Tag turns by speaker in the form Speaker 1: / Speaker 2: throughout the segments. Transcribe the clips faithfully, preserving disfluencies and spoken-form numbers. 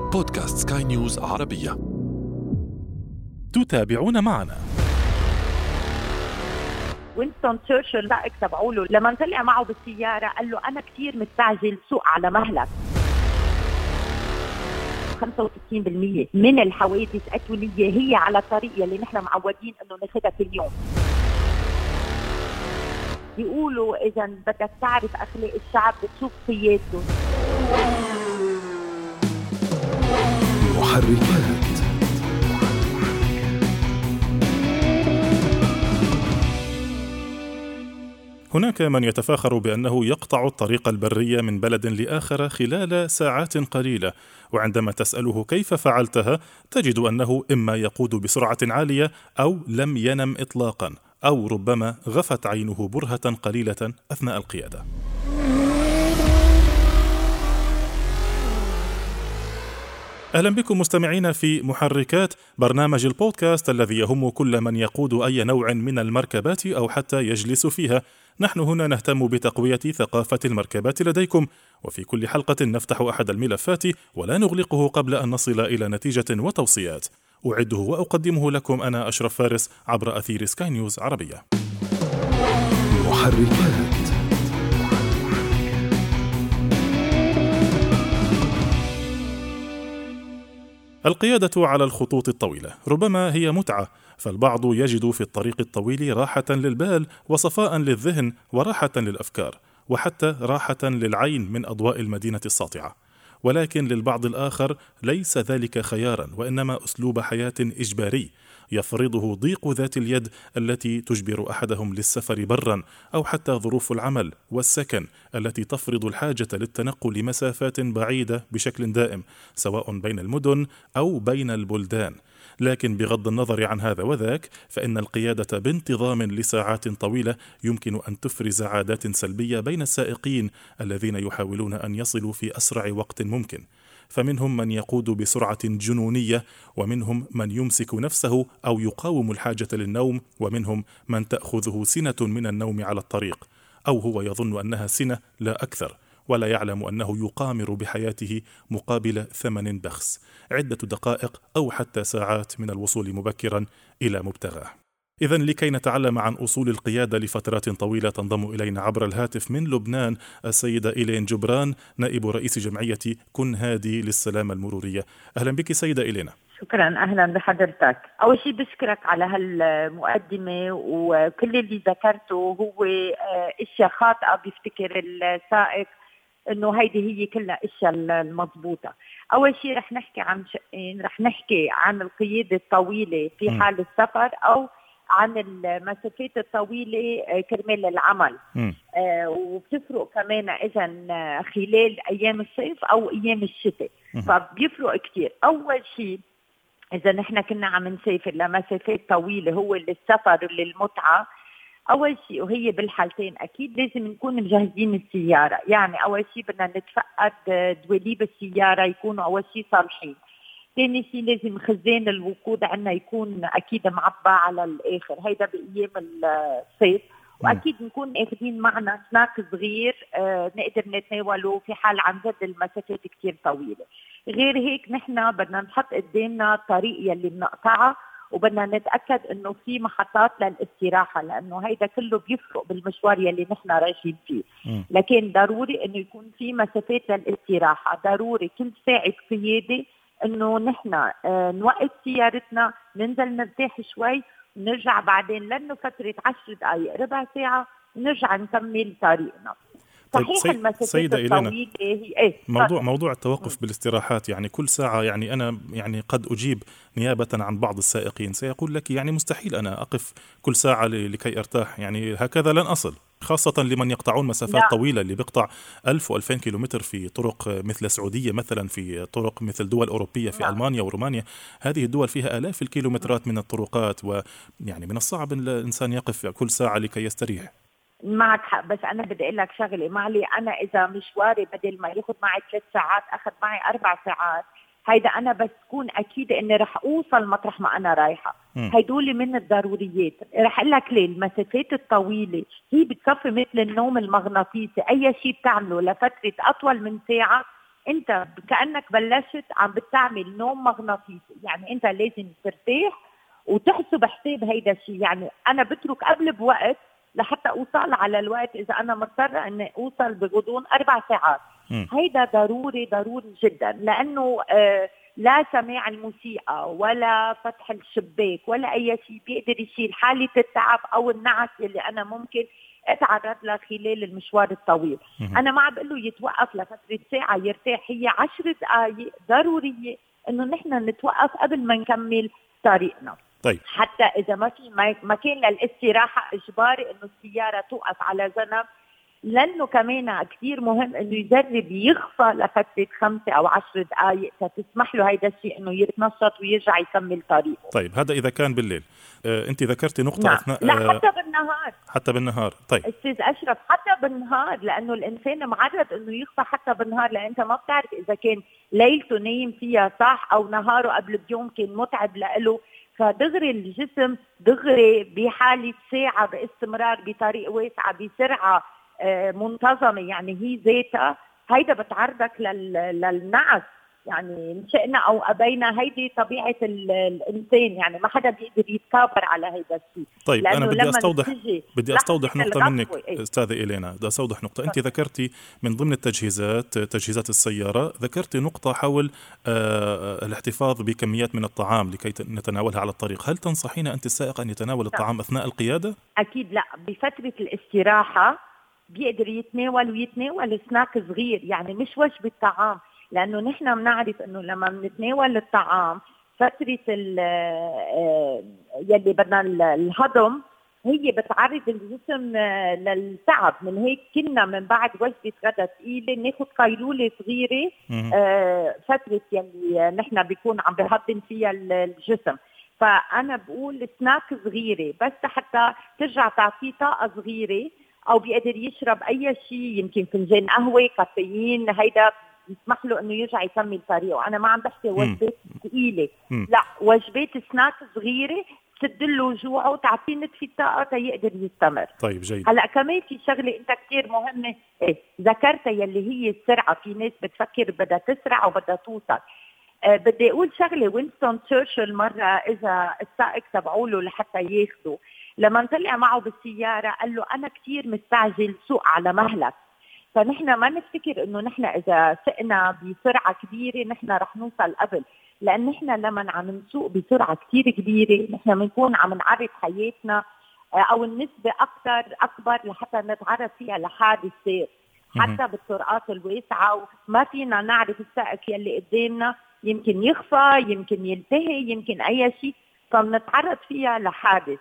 Speaker 1: بودكاست سكاي نيوز عربية.
Speaker 2: تتابعون معنا.
Speaker 3: وينستون تشرشل رأيك تبعوله لما طلع معه بالسيارة قال له أنا كتير مستعجل سوق على مهلك. خمسة وستين بالمية من الحوادث التونية هي على الطريق اللي نحن معودين إنه ناخدها كل يوم. بيقولوا إذا بدك تعرف أخلاق الشعب بتشوف قيادته.
Speaker 1: محركات.
Speaker 2: هناك من يتفاخر بأنه يقطع الطريق البري من بلد لآخر خلال ساعات قليلة، وعندما تسأله كيف فعلتها تجد أنه إما يقود بسرعة عالية أو لم ينم إطلاقا، أو ربما غفت عينه برهة قليلة أثناء القيادة. أهلا بكم مستمعين في محركات، برنامج البودكاست الذي يهم كل من يقود أي نوع من المركبات أو حتى يجلس فيها. نحن هنا نهتم بتقوية ثقافة المركبات لديكم، وفي كل حلقة نفتح أحد الملفات ولا نغلقه قبل أن نصل إلى نتيجة وتوصيات. أعده وأقدمه لكم أنا أشرف فارس عبر أثير سكاي نيوز عربية.
Speaker 1: محركات.
Speaker 2: القيادة على الخطوط الطويلة ربما هي متعة، فالبعض يجد في الطريق الطويل راحة للبال وصفاء للذهن وراحة للأفكار، وحتى راحة للعين من أضواء المدينة الساطعة. ولكن للبعض الآخر ليس ذلك خيارا، وإنما أسلوب حياة إجباري يفرضه ضيق ذات اليد التي تجبر أحدهم للسفر برا، أو حتى ظروف العمل والسكن التي تفرض الحاجة للتنقل مسافات بعيدة بشكل دائم، سواء بين المدن أو بين البلدان. لكن بغض النظر عن هذا وذاك، فإن القيادة بانتظام لساعات طويلة يمكن أن تفرز عادات سلبية بين السائقين الذين يحاولون أن يصلوا في أسرع وقت ممكن. فمنهم من يقود بسرعة جنونية، ومنهم من يمسك نفسه أو يقاوم الحاجة للنوم، ومنهم من تأخذه سنة من النوم على الطريق، أو هو يظن أنها سنة لا أكثر، ولا يعلم أنه يقامر بحياته مقابل ثمن بخس، عدة دقائق أو حتى ساعات من الوصول مبكرا إلى مبتغاه. إذن لكي نتعلم عن أصول القيادة لفترات طويلة تنضم إلينا عبر الهاتف من لبنان السيدة إيلين جبران، نائب رئيس جمعية كن هادي للسلامة المرورية. أهلا بك سيدة إيلينا.
Speaker 3: شكرا، أهلا بحضرتك. أول شيء بشكرك على هالمقدمة، وكل اللي ذكرته هو إشياء خاطئة بيفتكر السائق إنه هيدي هي كلها إشياء المضبوطة. أول شيء رح نحكي عن شيئين، رح نحكي عن القيادة الطويلة في حال السفر، أو عن المسافات الطويلة كرمال العمل. آه وبتفرق كمان إذا خلال أيام الصيف أو أيام الشتاء، فبيفرق كتير. أول شيء إذا نحن كنا عم نسافر لمسافات طويلة هو السفر للمتعة، أول شيء وهي بالحالتين أكيد لازم نكون مجهزين السيارة. يعني أول شيء بدنا نتفقد دواليب السيارة يكونوا أول شيء صالحين. ثاني شيء لازم خزان الوقود عنا يكون أكيد معبى على الآخر، هيدا بأيام الصيف. وأكيد نكون أخذين معنا سناك صغير آه نقدر نتناوله في حال عن جد المسافات كتير طويلة. غير هيك نحن بدنا نحط قدامنا الطريق يلي بنقطعها، وبدنا نتأكد إنه في محطات للاستراحة، لأنه هيدا كله بيفرق بالمشوار يلي نحن رايحين فيه. لكن ضروري إنه يكون في مسافات للاستراحة، ضروري كل ساعة قيادة إنه نحن اه نوقف سيارتنا، ننزل نرتاح شوي، ونرجع بعدين لأنه فترة عشر دقايق ربع ساعة ونرجع نكمل طريقنا. صحيح
Speaker 2: طيب
Speaker 3: المسافات الطويلة هي إيه؟
Speaker 2: موضوع موضوع التوقف م. بالاستراحات، يعني كل ساعة، يعني أنا يعني قد أجيب نيابة عن بعض السائقين سيقول لك يعني مستحيل أنا أقف كل ساعة لكي أرتاح، يعني هكذا لن أصل، خاصة لمن يقطعون مسافات لا. طويلة، اللي بيقطع ألف وألفين كيلومتر في طرق مثل السعودية مثلا، في طرق مثل دول أوروبية في لا. ألمانيا ورومانيا، هذه الدول فيها آلاف الكيلومترات من الطرقات، ويعني من الصعب أن الإنسان يقف كل ساعة لكي يستريح.
Speaker 3: معك حق، بس أنا بدي أقول لك شغلة معلي. أنا إذا مشواري بدل ما ياخد معي ثلاث ساعات أخذ معي أربع ساعات، هيدا أنا بس كون أكيد إني رح أوصل مطرح ما أنا رايحة. هيدول من الضروريات. رح أقول لك ليه. المسافات الطويلة هي بتصفي مثل النوم المغناطيسي، أي شيء بتعمله لفترة أطول من ساعة انت كأنك بلشت عم بتعمل نوم مغناطيسي، يعني انت لازم ترتاح وتحسب حساب هيدا الشيء. يعني انا بترك قبل بوقت لحتى اوصل على الوقت، اذا انا مضطرة اني اوصل بغضون اربع ساعات. م. هيدا ضروري ضروري جدا، لانه آه لا سماع الموسيقى ولا فتح الشباك ولا اي شيء بيقدر يشيل حالة التعب او النعس اللي انا ممكن اتعرض لها خلال المشوار الطويل. م. انا ما عم بقول له يتوقف لفترة ساعة يرتاح، هي عشر دقائق ضرورية انه نحن نتوقف قبل ما نكمل طريقنا.
Speaker 2: طيب.
Speaker 3: حتى اذا ما في مكان للاستراحة اجباري انه السيارة توقف على جنب، لأنه كمان كثير مهم إنه يجرب يخفى لفترة خمسة أو عشر دقائق فتسمح له هيدا الشيء إنه يتنشط ويرجع يكمل طريقه.
Speaker 2: طيب هذا إذا كان بالليل. آه، أنت ذكرتي نقطة
Speaker 3: نعم.
Speaker 2: أثناء
Speaker 3: لا حتى بالنهار.
Speaker 2: حتى بالنهار. طيب
Speaker 3: أستاذ أشرف حتى بالنهار، لأنه الإنسان معرض إنه يخفى حتى بالنهار، لأن أنت ما بتعرف إذا كان ليلته نايم فيها صح أو نهاره قبل بيوم كان متعب لإله، فدغري الجسم دغري بحالة ساعة باستمرار بطريق واسعة بسرعة منتظمة، يعني هي ذاتها هيدا بتعرضك للنعس. يعني إن شئنا أو أبينا هيدي طبيعة الإنسان، يعني ما حدا بيقدر يتكابر على هيدا الشيء.
Speaker 2: طيب أنا بدي أستوضح بدي أستوضح نقطة منك إيه؟ أستاذة إلينا بدي أستوضح نقطة. أنت ذكرتي من ضمن التجهيزات تجهيزات السيارة، ذكرتي نقطة حول آه الاحتفاظ بكميات من الطعام لكي نتناولها على الطريق. هل تنصحين أنت السائق أن يتناول الطعام أثناء القيادة؟
Speaker 3: أكيد لا، بفترة الاستراحة بيقدر يتناول ويتناول سناك صغير، يعني مش وجبة طعام، لأنه نحن بنعرف أنه لما بنتناول الطعام فترة يلي بدنا الهضم هي بتعرض الجسم للتعب. من هيك كنا من بعد وجبة غدا ثقيلة ناخد قيلولة صغيرة فترة يلي نحن بيكون عم بهضم فيها الجسم. فأنا بقول سناك صغيرة بس حتى ترجع تعطيه طاقة صغيرة، أو بيقدر يشرب أي شيء، يمكن فنجان قهوة كافيين، هيدا يسمح له إنه يرجع يكمل طريقه. أنا ما عم بحكي وجبات ثقيلة، لا وجبات سناك صغيرة تسدله جوعه وتعطيه نتفة طاقة تيقدر يستمر.
Speaker 2: طيب جيد.
Speaker 3: هلا كمان في شغلة أنت كتير مهمة إيه ذكرتها يلي هي السرعة. في ناس بتفكر بدها تسرع وبدها توصل. أه بدي أقول شغلة، وينستون تشرشل مرة إذا السائق تبعوله لحتى ياخده، لما طلع معه بالسيارة قال له أنا كتير مستعجل سوق على مهلك. فنحن ما نفتكر إنه نحن إذا سقنا بسرعة كبيرة نحن رح نوصل قبل، لأن نحن لما عم نسوق بسرعة كتير كبيرة نحن بنكون عم نعرض حياتنا أو النسبة أكتر أكبر لحتى نتعرض فيها لحادث سير، حتى بالطرقات الواسعة، وما فينا نعرف السائق يلي قدامنا يمكن يخفى، يمكن ينتهي، يمكن أي شيء، فبنتعرض فيها لحادث.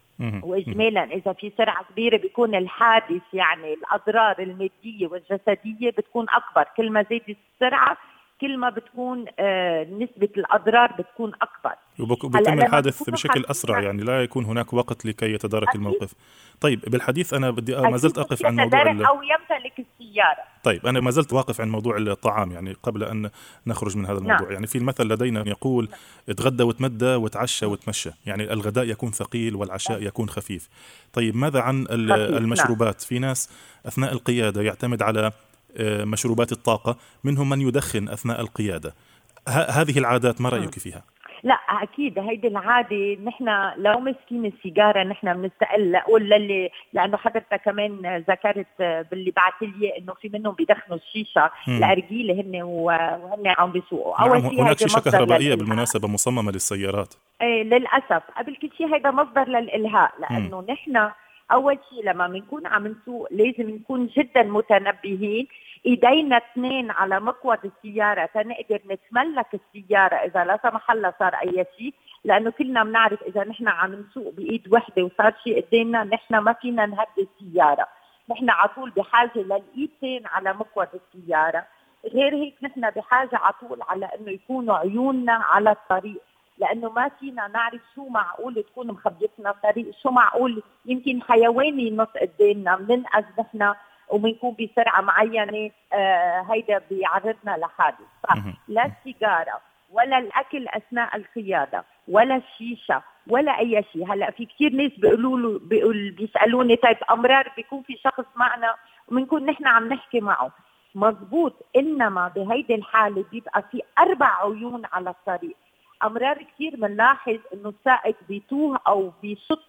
Speaker 3: وإجمالا إذا في سرعة كبيرة بيكون الحادث يعني الأضرار المادية والجسدية بتكون أكبر. كل ما زادت السرعة كل ما بتكون آه نسبة الأضرار بتكون أكبر،
Speaker 2: وبيتم الحادث بشكل أسرع، يعني لا يكون هناك وقت لكي يتدارك الموقف. طيب بالحديث أنا بدي ما زلت أقف عن موضوع
Speaker 3: أو يمتلك السيارة.
Speaker 2: طيب أنا ما زلت واقف عن موضوع الطعام، يعني قبل أن نخرج من هذا الموضوع. نعم. يعني في المثل لدينا يقول نعم. اتغدى وتمدى وتعشى وتمشى، يعني الغداء يكون ثقيل والعشاء نعم. يكون خفيف. طيب ماذا عن المشروبات؟ نعم. في ناس أثناء القيادة يعتمد على مشروبات الطاقة، منهم من يدخن أثناء القيادة. هذه العادات ما رأيك فيها؟
Speaker 3: لا أكيد هيدي العادة نحن لو مسكين السيجارة نحن بنستقل أقول للي، لأنه حضرتك كمان ذكرت باللي بعتلي إنه في منهم بيدخنوا الشيشة الأرجيلة هن وهن عم بيسوقوا.
Speaker 2: نعم هناك شيشة كهربائية بالمناسبة مصممة للسيارات.
Speaker 3: إيه للأسف قبل كل شيء هيدا مصدر للإلهاء، لأنه نحن أول شيء لما بنكون عم نسوق لازم نكون جدا متنبهين، إيدينا اثنين على مقود السيارة تنقدر نتملك السيارة إذا لا سمح الله صار أي شيء، لأنه كلنا بنعرف إذا نحن عم نسوق بإيد وحدة وصار شيء قدامنا نحن ما فينا نهدي السيارة، نحن عطول بحاجة للإيدين على مقود السيارة. غير هيك نحن بحاجة عطول على إنه يكونوا عيوننا على الطريق، لأنه ما فينا نعرف شو معقول تكون مخبيتنا الطريق، شو معقول يمكن حيواني ينط قدامنا بننقذ نحن وبنكون بسرعة معينة. آه هيدا بيعرضنا لحادث. لا السيجارة ولا الأكل أثناء القيادة ولا الشيشة ولا أي شيء. هلأ في كتير ناس بيقولوا بيقول بيسألوني طيب أمرار بيكون في شخص معنا وبنكون نحن عم نحكي معه، مزبوط. إنما بهيدي الحالة بيبقى في أربع عيون على الطريق. أمرار كتير منلاحظ إنه السائق بيتوه أو بيشط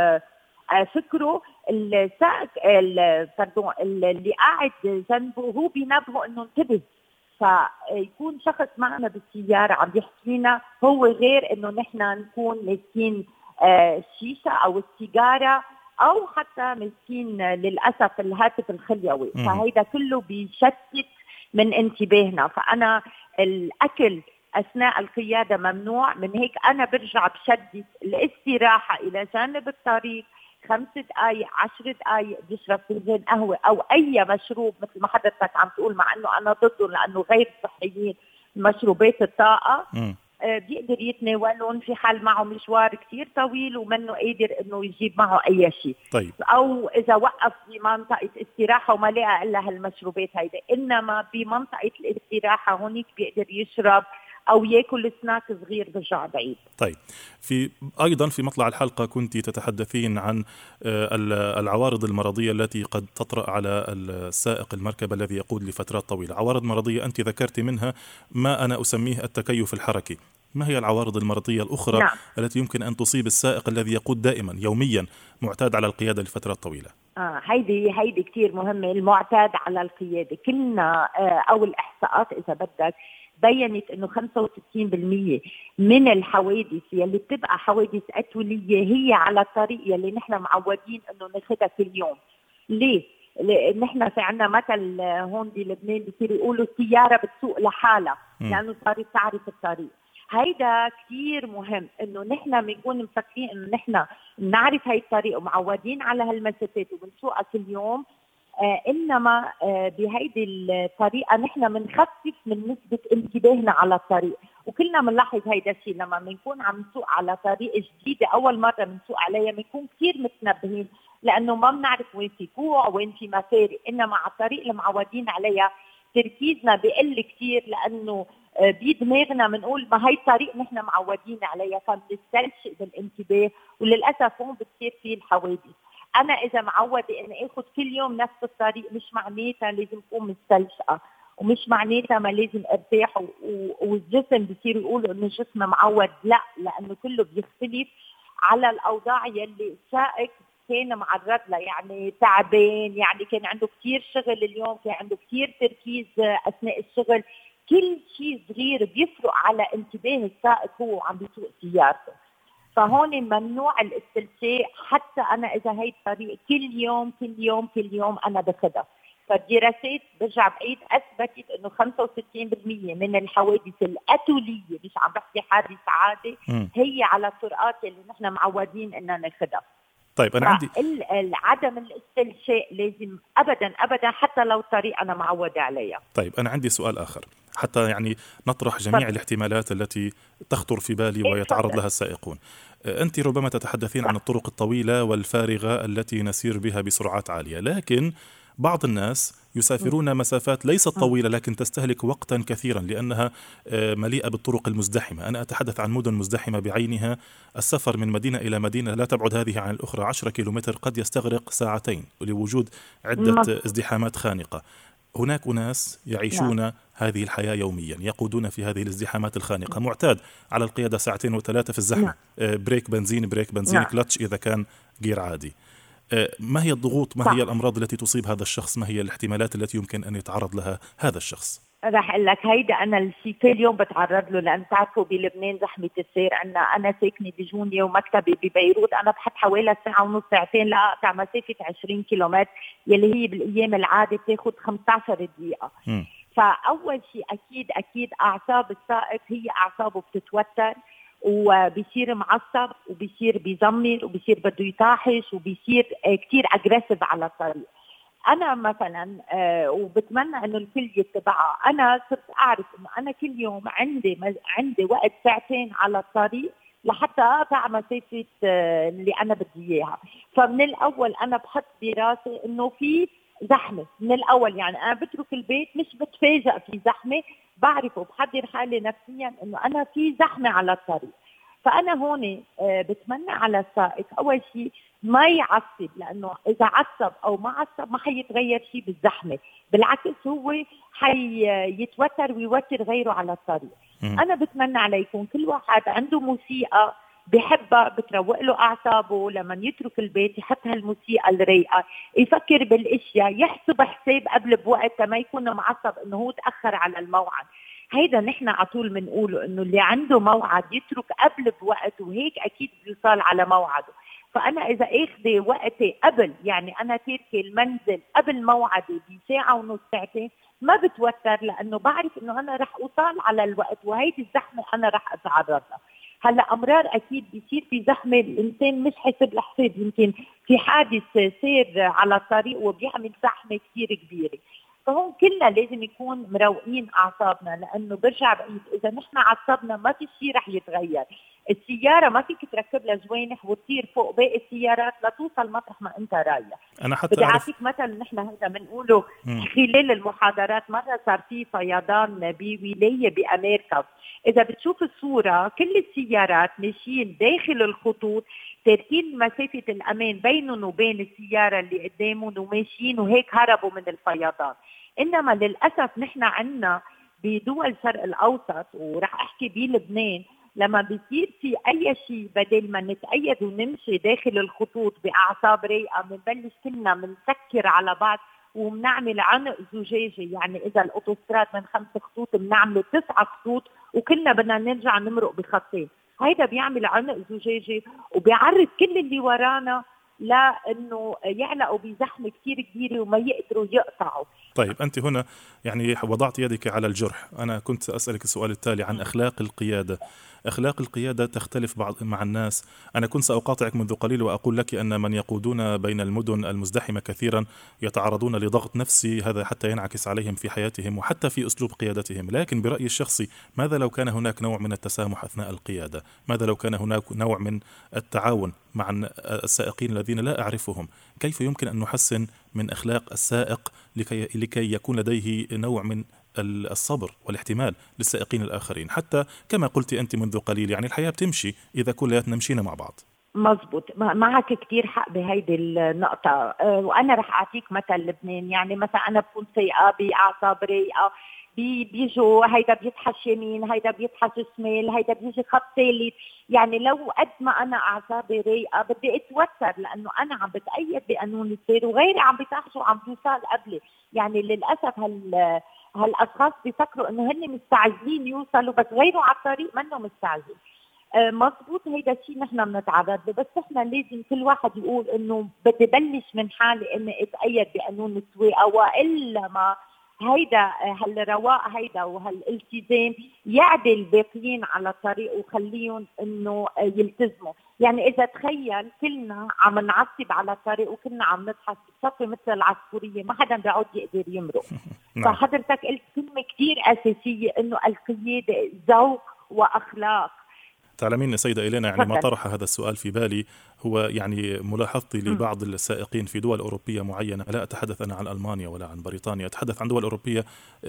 Speaker 3: فكره السائق الفردون اللي قاعد جنبه، هو بينبهه إنه انتبه. فيكون شخص معنا بالسيارة عم يحكينا هو غير إنه نحن نكون ماسكين الشيشة أو السيجارة أو حتى ماسكين للأسف الهاتف الخليوي. فهيدا كله بيشتت من انتباهنا. فأنا الأكل أثناء القيادة ممنوع. من هيك أنا برجع بشدد الاستراحة إلى جانب الطريق، خمس دقايق عشر دقايق بيشرب فنجان قهوة أو أي مشروب مثل ما حضرتك عم تقول، مع أنه أنا ضده لأنه غير صحيين مشروبات الطاقة. م. بيقدر يتناولون في حال معه مشوار كتير طويل ومنه قادر انه يجيب معه اي شيء.
Speaker 2: طيب.
Speaker 3: او اذا وقف بمنطقة استراحة وما لقى الا هالمشروبات هيدا. انما بمنطقة الاستراحة هونيك بيقدر يشرب او ياكل سناك صغير برجع بعيد.
Speaker 2: طيب، في ايضا في مطلع الحلقة كنت تتحدثين عن العوارض المرضية التي قد تطرأ على السائق المركبة الذي يقود لفترات طويلة. عوارض مرضية انت ذكرت منها ما انا اسميه التكيف الحركي. ما هي العوارض المرضية الأخرى نعم. التي يمكن أن تصيب السائق الذي يقود دائما يوميا معتاد على القيادة لفترات طويلة؟
Speaker 3: آه هيدي هيدي كتير مهمة. المعتاد على القيادة كلنا آه أو الإحصاءات إذا بدك بيّنت إنه خمسة وستين بالمية من الحوادث يلي بتبقى حوادث أتولية هي على الطريق يلي نحن معودين إنه ناخدها كل يوم. ليه؟ لأن نحن في عنا مثل هون بلبنان بيصير يقولوا السيارة بتسوق لحالها لأنه صارت تعرف الطريق. هيدا كتير مهم إنه نحن بنكون مفكرين إنه نحن نعرف هاي الطريق ومعودين على هالمسافات وبنسوقها كل يوم. آه إنما آه بهيدي الطريقة نحن بنخفف من نسبة انتباهنا على الطريق. وكلنا بنلاحظ هيدا الشيء لما بنكون عم نسوق على طريق جديدة أول مرة بنسوق عليها بنكون كتير متنبهين لأنه ما بنعرف وين في كوع وين في مفارق. إنما على الطريق اللي معودين عليها تركيزنا بقل كتير لأنه بدماغنا بنقول ما هي الطريق نحن معودين عليها فبنستلشق بالانتباه. وللأسف هون بتصير فيه الحوادث. أنا إذا معودة إني أخذ كل يوم نفس الطريق مش معناتها لازم أكون مستلشقة ومش معناتها ما لازم أرتاح والجسم بيصير يقولوا إنه جسم معود. لا، لأنه كله بيختلف على الأوضاع يلي السائق كان معرض لها. يعني تعبان، يعني كان عنده كتير شغل اليوم، كان عنده كتير تركيز أثناء الشغل. كل شيء صغير بيفرق على انتباه السائق هو عم بيسوق سيارته. فهون ممنوع الاستلشاء. حتى أنا إذا هاي الطريق كل يوم كل يوم كل يوم أنا بخدها. فالدراسات برجع بعيد أثبتت إنه خمسة وستين بالمية من الحوادث الأتولية مش عم بحكي حادث عادي هي على الطرقات اللي نحن معودين إننا ناخدها.
Speaker 2: طيب أنا عندي
Speaker 3: عدم الاستلشاء لازم أبدا أبدا حتى لو طريق أنا معودة عليها.
Speaker 2: طيب أنا عندي سؤال آخر حتى يعني نطرح جميع طيب. الاحتمالات التي تخطر في بالي ويتعرض لها السائقون. أنت ربما تتحدثين عن الطرق الطويلة والفارغة التي نسير بها بسرعات عالية، لكن بعض الناس يسافرون مسافات ليست طويلة لكن تستهلك وقتا كثيرا لأنها مليئة بالطرق المزدحمة. أنا أتحدث عن مدن مزدحمة بعينها. السفر من مدينة إلى مدينة لا تبعد هذه عن الأخرى عشرة كيلومتر قد يستغرق ساعتين لوجود عدة ازدحامات خانقة. هناك أناس يعيشون لا. هذه الحياة يوميا، يقودون في هذه الازدحامات الخانقة، معتاد على القيادة ساعتين وثلاثة في الزحمة، بريك بنزين بريك بنزين كلتش إذا كان غير عادي. ما هي الضغوط، ما هي الأمراض التي تصيب هذا الشخص، ما هي الاحتمالات التي يمكن أن يتعرض لها هذا الشخص؟
Speaker 3: رح أقول لك هيدا أنا الشيء كل يوم بتعرض له. لأن تعرفوا بلبنان زحمة السير عنا. أنا ساكنة بجونية ومكتبي ببيروت. أنا بحط حوالي ساعة ونص ساعتين لأقطع مسافة عشرين كيلومتر يلي هي بالأيام العادة بتاخد خمسة عشر دقيقة. م. فأول شيء أكيد أكيد أعصاب السائق هي أعصابه بتتوتر وبيصير معصب وبيصير بيزمر وبيصير بده يطاحش وبيصير كتير أجريسيف على الطريق. أنا مثلا آه وبتمنى إنه الكل يتبعها. أنا صرت أعرف إنه أنا كل يوم عندي عندي وقت ساعتين على الطريق لحتى أقطع مسافة آه اللي أنا بدي إياها. فمن الأول أنا بحط براسي إنه في زحمة من الأول. يعني أنا بترك البيت مش بتفاجأ في زحمة، بعرف وبحضر حالي نفسيا إنه أنا في زحمة على الطريق. فأنا هون بتمنى على السائق أول شيء ما يعصب، لأنه إذا عصب أو ما عصب ما حيتغير شيء بالزحمة، بالعكس هو حيتوتر ويوتر غيره على الطريق. م- أنا بتمنى عليكم كل واحد عنده موسيقى بحبها بتروق له أعصابه، لما يترك البيت يحط هالموسيقى الرايقة، يفكر بالاشياء، يحسب حساب قبل بوقت ما يكون معصب انه هو تأخر على الموعد. هيدا نحن عطول منقوله انه اللي عنده موعد يترك قبل بوقت، وهيك اكيد بيوصل على موعده. فانا اذا اخذي وقتي قبل، يعني انا تركي المنزل قبل موعدي بساعة ونص ساعتين، ما بتوتر لانه بعرف انه انا رح اوصل على الوقت، وهيدي الزحمة انا رح اتعرض لها. هلا امرار اكيد بيصير في زحمه، الانسان مش حسب الحساب، يمكن في حادث سير على الطريق وبيعمل زحمه كثير كبيره. فهون كلنا لازم يكون مروقين اعصابنا، لانه برجع بعيد اذا نحن عصبنا ما في شيء رح يتغير. السياره ما فيك تركب لها جوانح وتطير فوق باقي السيارات لتوصل مطرح ما انت رايح.
Speaker 2: انا حتى
Speaker 3: بدي اعطيك مثل نحن هذا بنقوله خلال المحاضرات. مره صار في فيضان بولايه بامريكا، إذا بتشوف الصورة كل السيارات ماشيين داخل الخطوط، تاركين مسافة الأمان بينهم وبين السيارة اللي قدامهم وماشيين، وهيك هربوا من الفيضان. إنما للأسف نحن عنا بدول الشرق الأوسط، ورح أحكي بلبنان، لما بيصير في أي شيء بدل ما نتأيد ونمشي داخل الخطوط بأعصاب رايقة، بنبلش كلنا بنسكر على بعض وبنعمل عنق زجاجي. يعني إذا الأوتوستراد من خمس خطوط بنعمل تسعة خطوط وكلنا بدنا نرجع نمرق بخطين. هيدا بيعمل عنق زجاجي وبيعرض كل اللي ورانا لأنه يعلقوا بزحمة كتير كبيرة وما يقدروا يقطعوا.
Speaker 2: طيب أنت هنا يعني وضعت يدك على الجرح. أنا كنت أسألك السؤال التالي عن أخلاق القيادة. أخلاق القيادة تختلف بعض مع الناس. أنا كنت سأقاطعك منذ قليل وأقول لك أن من يقودون بين المدن المزدحمة كثيرا يتعرضون لضغط نفسي، هذا حتى ينعكس عليهم في حياتهم وحتى في أسلوب قيادتهم. لكن برأيي الشخصي، ماذا لو كان هناك نوع من التسامح أثناء القيادة؟ ماذا لو كان هناك نوع من التعاون مع السائقين الذين لا أعرفهم؟ كيف يمكن أن نحسن من أخلاق السائق لكي, لكي يكون لديه نوع من الصبر والاحتمال للسائقين الآخرين؟ حتى كما قلت أنت منذ قليل، يعني الحياة بتمشي إذا كلنا مشينا مع بعض.
Speaker 3: مزبوط، معك كتير حق بهيدي النقطة. وأنا رح أعطيك مثل لبنان. يعني مثلا أنا بكون سيئة بأعصاب رايقة، بي بيجوا هيدا بيتحش يمين، هيدا بيتحش شمال، هيدا بيجي خط ثالث. يعني لو قد ما أنا أعصابي رايقة بدي أتوتر، لأنه أنا عم بتأيد بقانون السير وغيري عم بيتحشوا وعم بيوصل قبلي. يعني للأسف هال هالأشخاص بيفكروا إنه هن مستعجلين يوصلوا، بس غيره على الطريق منه مستعجل. آه مضبوط، هيدا الشيء نحن بنتعرض له، بس نحن لازم كل واحد يقول إنه بدي بلش من حالي إني أتأيد بقانون السواقة، وإلا ما هيدا هالرواق هيدا وهالالتزام يعدل الباقيين على الطريق وخليهم إنه يلتزموا. يعني إذا تخيل كلنا عم نعصب على الطريق وكلنا عم نضحك بصفي مثل العصفورية، ما حدا بيعود يقدر يمرق. فحضرتك قلت كلمة كتير أساسية، إنه القيادة ذوق وأخلاق.
Speaker 2: تعلمين سيدة إلينا، يعني ما طرح هذا السؤال في بالي هو يعني ملاحظتي لبعض السائقين في دول أوروبية معينة، لا أتحدث أنا عن ألمانيا ولا عن بريطانيا، أتحدث عن دول أوروبية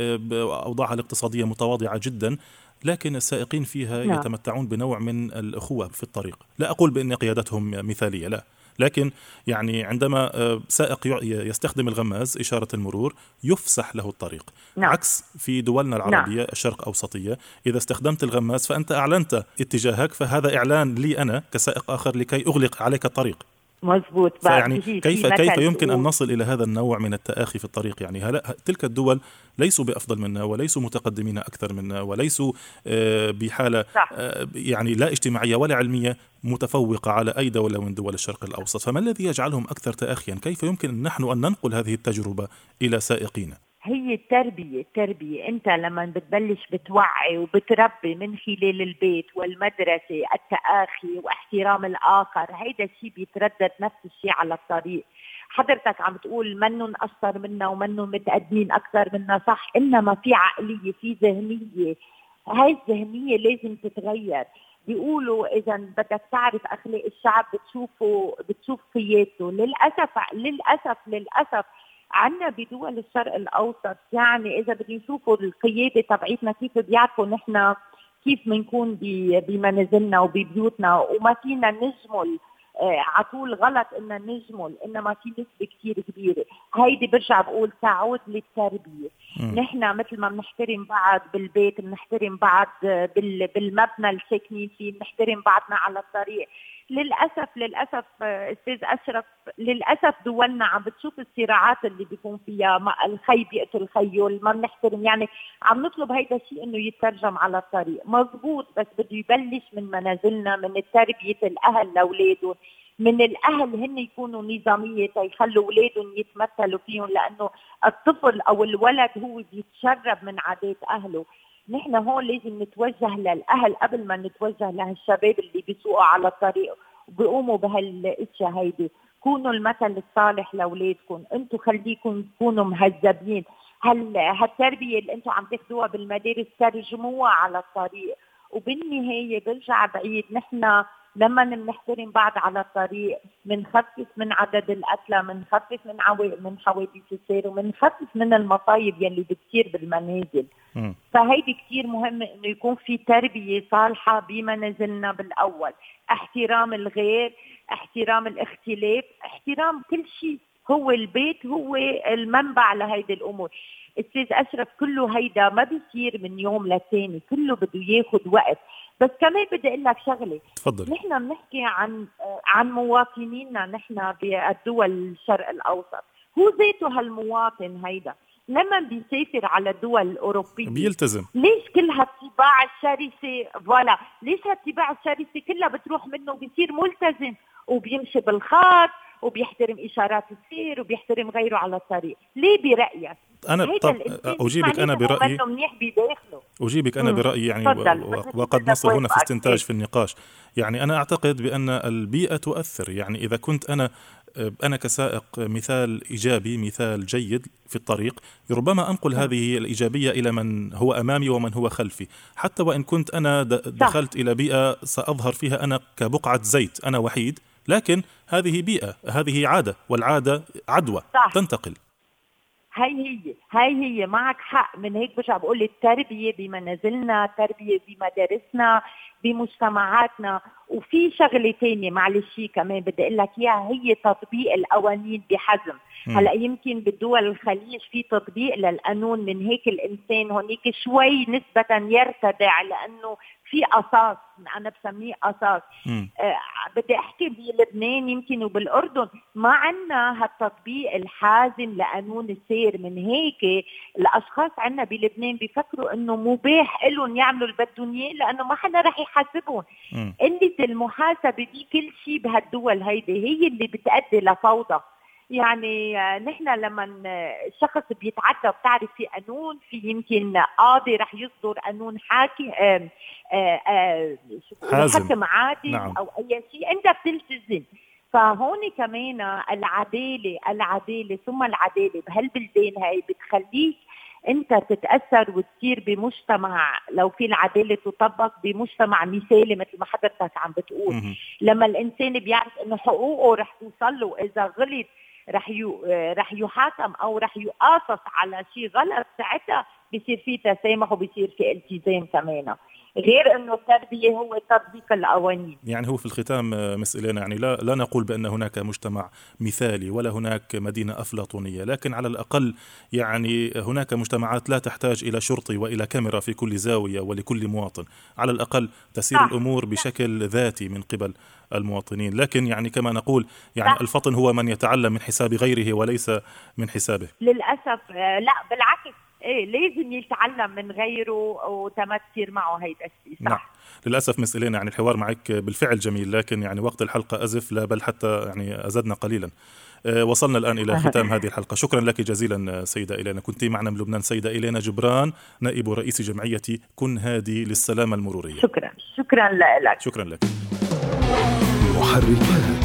Speaker 2: أوضاعها الاقتصادية متواضعة جدا، لكن السائقين فيها لا. يتمتعون بنوع من الأخوة في الطريق. لا أقول بأن قيادتهم مثالية، لا، لكن يعني عندما سائق يستخدم الغماز إشارة المرور يفسح له الطريق. نعم. عكس في دولنا العربية نعم. الشرق أوسطية، إذا استخدمت الغماز فأنت أعلنت اتجاهك، فهذا إعلان لي أنا كسائق آخر لكي أغلق عليك الطريق.
Speaker 3: مزبوط.
Speaker 2: يعني كيف كيف يمكن أن نصل إلى هذا النوع من التآخي في الطريق؟ يعني هلا تلك الدول ليسوا بأفضل منا وليسوا متقدمين أكثر منا وليسوا بحالة يعني لا اجتماعية ولا علمية متفوقة على أي دولة من دول الشرق الأوسط، فما الذي يجعلهم أكثر تآخيا؟ كيف يمكن نحن أن ننقل هذه التجربة إلى سائقين؟
Speaker 3: هي التربية التربية أنت لما بتبلش بتوعي وبتربي من خلال البيت والمدرسة التآخي واحترام الآخر، هيدا الشيء بيتردد نفس الشيء على الطريق. حضرتك عم تقول منن أشطر منا ومنن متقدمين أكثر منا، صح، إنما في عقلية، في ذهنية، هاي الذهنية لازم تتغير. بيقولوا إذا بدك تعرف أخلاق الشعب بتشوفه بتشوف قيادته. للأسف للأسف للأسف عنا بدول الشرق الأوسط، يعني إذا بدي نشوفوا القيادة تبعيتنا كيف بيعرفوا نحن كيف منكون بمنازلنا وببيوتنا، وما فينا نجمل عطول غلط إن نجمل، إنما في نسبة كتير كبيرة. هيدي برجع بقول تعود للتربية. نحن مثل ما بنحترم بعض بالبيت بنحترم بعض بالمبنى الساكنين فيه، بنحترم بعضنا على الطريق. للأسف للأسف أستاذ أشرف، للأسف دولنا عم بتشوف الصراعات اللي بيكون فيها مع الخي بيقتل خيول، ما بنحترم. يعني عم نطلب هيدا الشيء إنه يترجم على الطريق مزبوط، بس بده يبلش من منازلنا، من التربية الأهل لأولادهم، من الأهل هن يكونوا نظامية يخلوا أولادهم يتمثلوا فيهم، لأنه الطفل أو الولد هو بيتشرب من عادات أهله. نحن هون لازم نتوجه للأهل قبل ما نتوجه لهالشباب اللي بيسوقوا على الطريق وبيقوموا بهالاشياء هيدي. كونوا المثل الصالح لأولادكم، انتم خليكم تكونوا مهذبين. هل هالتربية اللي انتم عم تاخدوها بالمدارس ترجموها على الطريق. وبالنهاية برجع بعيد، نحن لما نحترم بعض على الطريق منخفف من عدد القتلى، منخفف من عو... من حوادث السير، ومنخفف من المصايب يلي بتصير بالمنازل. م. فهيدي كتير مهمة إنه يكون في تربية صالحة بمنازلنا بالأول، احترام الغير، احترام الاختلاف، احترام كل شيء. هو البيت هو المنبع لهيدي الأمور. أستاذ أشرف، كله هيدا ما بيصير من يوم للتاني، كله بده ياخد وقت. بس كمان بدي أقول لك شغلة.
Speaker 2: تفضل.
Speaker 3: نحن بنحكي عن عن مواطنينا نحن بالدول الشرق الأوسط. هو ذاته هالمواطن هيدا لما بيسافر على الدول الأوروبية
Speaker 2: بيلتزم.
Speaker 3: ليش كل هالطباع الشرسة؟ فوالا ليش هالطباع الشرسة كلها بتروح منه وبيصير ملتزم وبيمشي بالخط وبيحترم إشارات السير وبيحترم غيره على الطريق؟ ليه برأيك؟
Speaker 2: أنا طب أجيبك أنا برأيي أجيبك أنا برأيي يعني وقد نصل هنا في استنتاج في النقاش. يعني أنا أعتقد بأن البيئة تؤثر. يعني إذا كنت أنا أنا كسائق مثال إيجابي، مثال جيد في الطريق، ربما أنقل هذه الإيجابية إلى من هو أمامي ومن هو خلفي. حتى وإن كنت أنا دخلت إلى بيئة سأظهر فيها أنا كبقعة زيت، أنا وحيد، لكن هذه بيئة، هذه عادة، والعادة عدوى صح. تنتقل.
Speaker 3: هاي هي هاي هي معك حق. من هيك برجع بقول التربية بمنازلنا، تربية بمدارسنا، بمجتمعاتنا. وفي شغلة تانية معلش كمان بدي أقول لك إياها، هي تطبيق القوانين بحزم. هلا يمكن بالدول الخليج في تطبيق للقانون، من هيك الإنسان هونيك شوي نسبة يرتدع، لأنه في أساس، أنا بسميه أساس. آه بدي أحكي بلبنان يمكن وبالأردن ما عنا هالتطبيق الحازم لقانون السير. من هيك الأشخاص عنا بلبنان بيفكروا إنه مباح إلهم يعملوا اللي بدهم إياه، لأنه ما حدا رح يحاسبهم. قلة المحاسبة دي كل شيء بهالدول هيدي هي اللي بتأدي لفوضى. يعني نحن لما الشخص بيتعدى بتعرف في قانون، في يمكن قاضي رح يصدر قانون حاكم حاكم عادل نعم. أو أي شيء أنت بتلتزم. فهون كمان العدالة العدالة ثم العدالة بهالبلدان هاي بتخليك أنت تتأثر وتصير بمجتمع، لو في العدالة تطبق بمجتمع مثالي مثل ما حضرتك عم بتقول. م- لما الإنسان بيعرف إنه حقوقه رح توصل له، إذا غلط رح يو رح يحاكم أو رح يقاصص على شيء غلط، ساعتها بيصير في تسامح وبيصير في التزام كمان، غير انه التربيه هو تطبيق القوانين.
Speaker 2: يعني هو في الختام مسألة، يعني لا لا نقول بان هناك مجتمع مثالي ولا هناك مدينه افلاطونيه، لكن على الاقل يعني هناك مجتمعات لا تحتاج الى شرطي والى كاميرا في كل زاويه ولكل مواطن، على الاقل تسير صح. الامور بشكل ذاتي من قبل المواطنين. لكن يعني كما نقول يعني صح. الفطن هو من يتعلم من حساب غيره وليس من حسابه.
Speaker 3: للاسف لا بالعكس، ايه لازم يتعلم من غيره وتمثل معه هيدا الشيء صح. نعم.
Speaker 2: للاسف مسئلين، يعني الحوار معك بالفعل جميل، لكن يعني وقت الحلقه ازف، لا بل حتى يعني ازدنا قليلا. أه وصلنا الان الى ختام هذه الحلقه. شكرا لك جزيلا سيده إلينا. كنت معنا من لبنان سيده إلينا جبران، نائب رئيس جمعيه كن هادي للسلامه المروريه.
Speaker 3: شكرا شكرا لك.
Speaker 2: شكرا لك.
Speaker 1: محركات.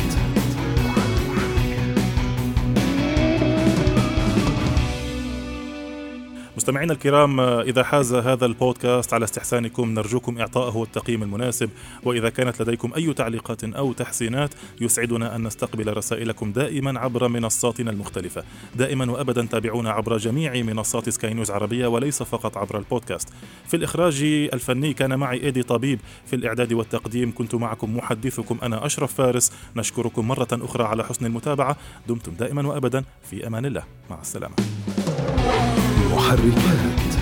Speaker 2: مستمعينا الكرام، إذا حاز هذا البودكاست على استحسانكم نرجوكم إعطائه التقييم المناسب، وإذا كانت لديكم أي تعليقات أو تحسينات يسعدنا أن نستقبل رسائلكم دائما عبر منصاتنا المختلفة. دائما وأبدا تابعونا عبر جميع منصات سكاي نيوز عربية وليس فقط عبر البودكاست. في الإخراج الفني كان معي إيدي طبيب، في الإعداد والتقديم كنت معكم محدثكم أنا أشرف فارس. نشكركم مرة أخرى على حسن المتابعة. دمتم دائما وأبدا في أمان الله. مع السلامة.
Speaker 1: محركات